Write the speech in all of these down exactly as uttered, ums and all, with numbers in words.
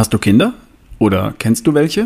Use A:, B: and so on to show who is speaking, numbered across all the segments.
A: Hast du Kinder? Oder kennst du welche?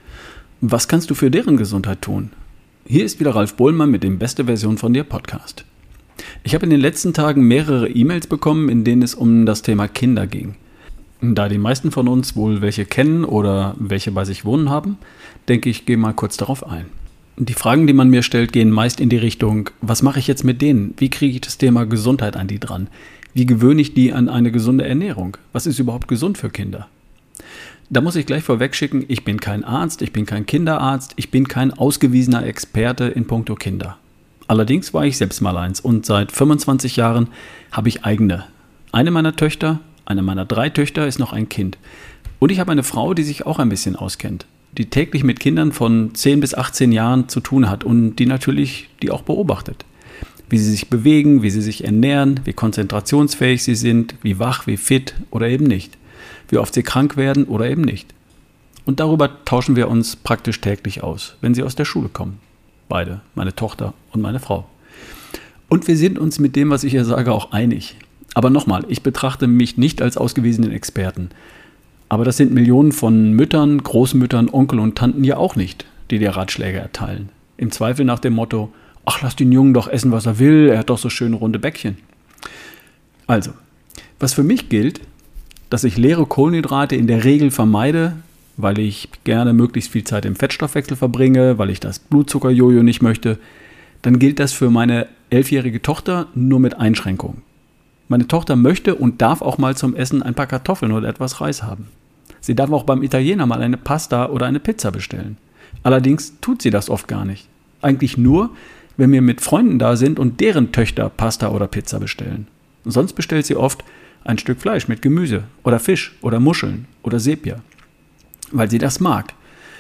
A: Was kannst du für deren Gesundheit tun? Hier ist wieder Ralf Bohlmann mit dem Beste Version von dir Podcast. Ich habe in den letzten Tagen mehrere E-Mails bekommen, in denen es um das Thema Kinder ging. Da die meisten von uns wohl welche kennen oder welche bei sich wohnen haben, denke ich, gehe mal kurz darauf ein. Die Fragen, die man mir stellt, gehen meist in die Richtung, was mache ich jetzt mit denen? Wie kriege ich das Thema Gesundheit an die dran? Wie gewöhne ich die an eine gesunde Ernährung? Was ist überhaupt gesund für Kinder? Da muss ich gleich vorweg schicken, ich bin kein Arzt, ich bin kein Kinderarzt, ich bin kein ausgewiesener Experte in puncto Kinder. Allerdings war ich selbst mal eins und seit fünfundzwanzig Jahren habe ich eigene. Eine meiner Töchter, eine meiner drei Töchter ist noch ein Kind. Und ich habe eine Frau, die sich auch ein bisschen auskennt, die täglich mit Kindern von zehn bis achtzehn Jahren zu tun hat und die natürlich die auch beobachtet. Wie sie sich bewegen, wie sie sich ernähren, wie konzentrationsfähig sie sind, wie wach, wie fit oder eben nicht. Wie oft sie krank werden oder eben nicht. Und darüber tauschen wir uns praktisch täglich aus, wenn sie aus der Schule kommen. Beide, meine Tochter und meine Frau. Und wir sind uns mit dem, was ich hier sage, auch einig. Aber nochmal, ich betrachte mich nicht als ausgewiesenen Experten. Aber das sind Millionen von Müttern, Großmüttern, Onkel und Tanten ja auch nicht, die dir Ratschläge erteilen. Im Zweifel nach dem Motto, ach, lass den Jungen doch essen, was er will, er hat doch so schöne runde Bäckchen. Also, was für mich gilt, dass ich leere Kohlenhydrate in der Regel vermeide, weil ich gerne möglichst viel Zeit im Fettstoffwechsel verbringe, weil ich das Blutzuckerjojo nicht möchte, dann gilt das für meine elfjährige Tochter nur mit Einschränkungen. Meine Tochter möchte und darf auch mal zum Essen ein paar Kartoffeln oder etwas Reis haben. Sie darf auch beim Italiener mal eine Pasta oder eine Pizza bestellen. Allerdings tut sie das oft gar nicht. Eigentlich nur, wenn wir mit Freunden da sind und deren Töchter Pasta oder Pizza bestellen. Sonst bestellt sie oft ein Stück Fleisch mit Gemüse oder Fisch oder Muscheln oder Sepia, weil sie das mag.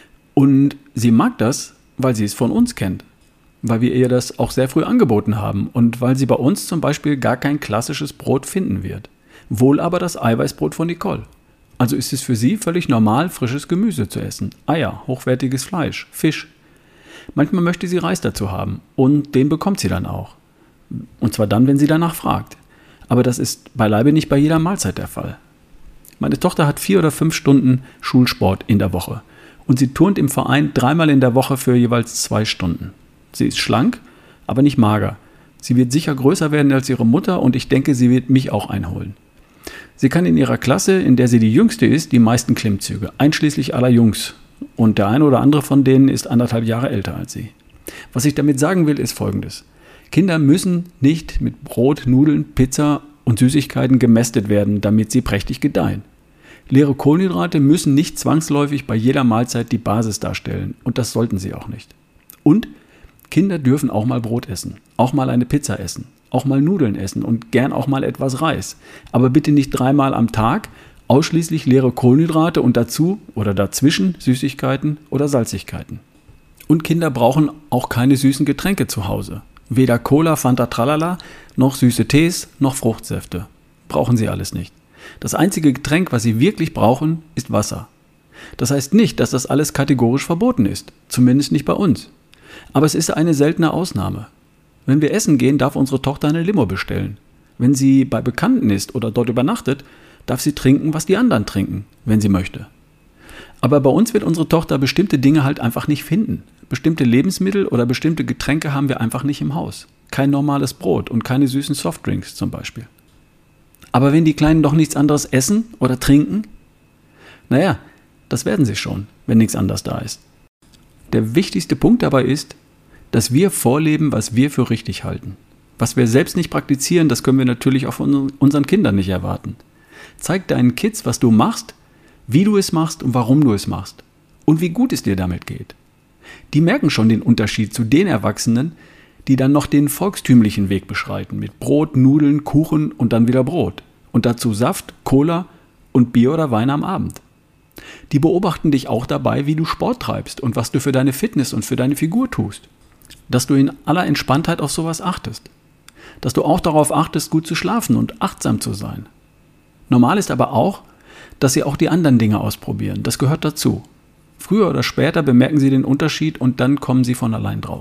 A: Und sie mag das, weil sie es von uns kennt, weil wir ihr das auch sehr früh angeboten haben und weil sie bei uns zum Beispiel gar kein klassisches Brot finden wird. Wohl aber das Eiweißbrot von Nicole. Also ist es für sie völlig normal, frisches Gemüse zu essen, Eier, hochwertiges Fleisch, Fisch. Manchmal möchte sie Reis dazu haben und den bekommt sie dann auch. Und zwar dann, wenn sie danach fragt. Aber das ist beileibe nicht bei jeder Mahlzeit der Fall. Meine Tochter hat vier oder fünf Stunden Schulsport in der Woche und sie turnt im Verein dreimal in der Woche für jeweils zwei Stunden. Sie ist schlank, aber nicht mager. Sie wird sicher größer werden als ihre Mutter und ich denke, sie wird mich auch einholen. Sie kann in ihrer Klasse, in der sie die Jüngste ist, die meisten Klimmzüge, einschließlich aller Jungs. Und der eine oder andere von denen ist anderthalb Jahre älter als sie. Was ich damit sagen will, ist Folgendes. Kinder müssen nicht mit Brot, Nudeln, Pizza und Süßigkeiten gemästet werden, damit sie prächtig gedeihen. Leere Kohlenhydrate müssen nicht zwangsläufig bei jeder Mahlzeit die Basis darstellen und das sollten sie auch nicht. Und Kinder dürfen auch mal Brot essen, auch mal eine Pizza essen, auch mal Nudeln essen und gern auch mal etwas Reis. Aber bitte nicht dreimal am Tag, ausschließlich leere Kohlenhydrate und dazu oder dazwischen Süßigkeiten oder Salzigkeiten. Und Kinder brauchen auch keine süßen Getränke zu Hause. Weder Cola, Fanta, Tralala, noch süße Tees, noch Fruchtsäfte. Brauchen sie alles nicht. Das einzige Getränk, was sie wirklich brauchen, ist Wasser. Das heißt nicht, dass das alles kategorisch verboten ist. Zumindest nicht bei uns. Aber es ist eine seltene Ausnahme. Wenn wir essen gehen, darf unsere Tochter eine Limo bestellen. Wenn sie bei Bekannten ist oder dort übernachtet, darf sie trinken, was die anderen trinken, wenn sie möchte. Aber bei uns wird unsere Tochter bestimmte Dinge halt einfach nicht finden. Bestimmte Lebensmittel oder bestimmte Getränke haben wir einfach nicht im Haus. Kein normales Brot und keine süßen Softdrinks zum Beispiel. Aber wenn die Kleinen doch nichts anderes essen oder trinken? Naja, das werden sie schon, wenn nichts anderes da ist. Der wichtigste Punkt dabei ist, dass wir vorleben, was wir für richtig halten. Was wir selbst nicht praktizieren, das können wir natürlich auch von unseren Kindern nicht erwarten. Zeig deinen Kids, was du machst, wie du es machst und warum du es machst. Und wie gut es dir damit geht. Die merken schon den Unterschied zu den Erwachsenen, die dann noch den volkstümlichen Weg beschreiten, mit Brot, Nudeln, Kuchen und dann wieder Brot. Und dazu Saft, Cola und Bier oder Wein am Abend. Die beobachten dich auch dabei, wie du Sport treibst und was du für deine Fitness und für deine Figur tust. Dass du in aller Entspanntheit auf sowas achtest. Dass du auch darauf achtest, gut zu schlafen und achtsam zu sein. Normal ist aber auch, dass sie auch die anderen Dinge ausprobieren. Das gehört dazu. Früher oder später bemerken sie den Unterschied und dann kommen sie von allein drauf.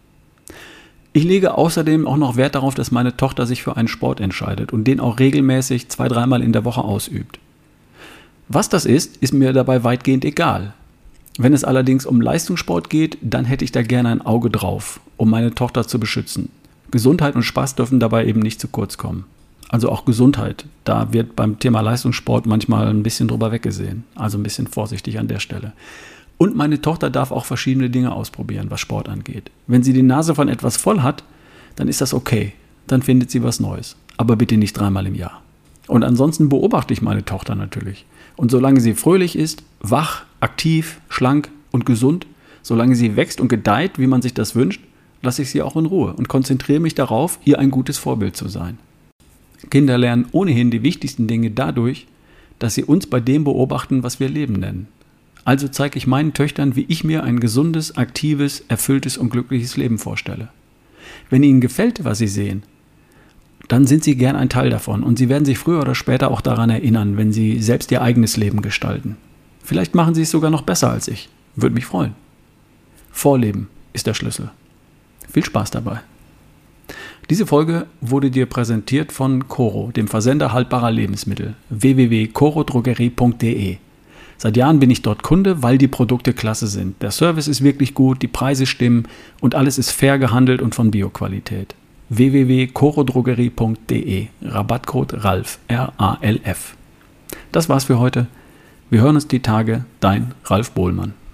A: Ich lege außerdem auch noch Wert darauf, dass meine Tochter sich für einen Sport entscheidet und den auch regelmäßig zwei, dreimal in der Woche ausübt. Was das ist, ist mir dabei weitgehend egal. Wenn es allerdings um Leistungssport geht, dann hätte ich da gerne ein Auge drauf, um meine Tochter zu beschützen. Gesundheit und Spaß dürfen dabei eben nicht zu kurz kommen. Also auch Gesundheit. Da wird beim Thema Leistungssport manchmal ein bisschen drüber weggesehen. Also ein bisschen vorsichtig an der Stelle. Und meine Tochter darf auch verschiedene Dinge ausprobieren, was Sport angeht. Wenn sie die Nase von etwas voll hat, dann ist das okay. Dann findet sie was Neues. Aber bitte nicht dreimal im Jahr. Und ansonsten beobachte ich meine Tochter natürlich. Und solange sie fröhlich ist, wach, aktiv, schlank und gesund, solange sie wächst und gedeiht, wie man sich das wünscht, lasse ich sie auch in Ruhe und konzentriere mich darauf, ihr ein gutes Vorbild zu sein. Kinder lernen ohnehin die wichtigsten Dinge dadurch, dass sie uns bei dem beobachten, was wir Leben nennen. Also zeige ich meinen Töchtern, wie ich mir ein gesundes, aktives, erfülltes und glückliches Leben vorstelle. Wenn ihnen gefällt, was sie sehen, dann sind sie gern ein Teil davon und sie werden sich früher oder später auch daran erinnern, wenn sie selbst ihr eigenes Leben gestalten. Vielleicht machen sie es sogar noch besser als ich. Würde mich freuen. Vorleben ist der Schlüssel. Viel Spaß dabei. Diese Folge wurde dir präsentiert von Coro, dem Versender haltbarer Lebensmittel. w w w punkt coro drogerie punkt d e. Seit Jahren bin ich dort Kunde, weil die Produkte klasse sind. Der Service ist wirklich gut, die Preise stimmen und alles ist fair gehandelt und von Bioqualität. w w w punkt coro drogerie punkt d e. Rabattcode Ralf, R A L F. Das war's für heute. Wir hören uns die Tage. Dein Ralf Bohlmann.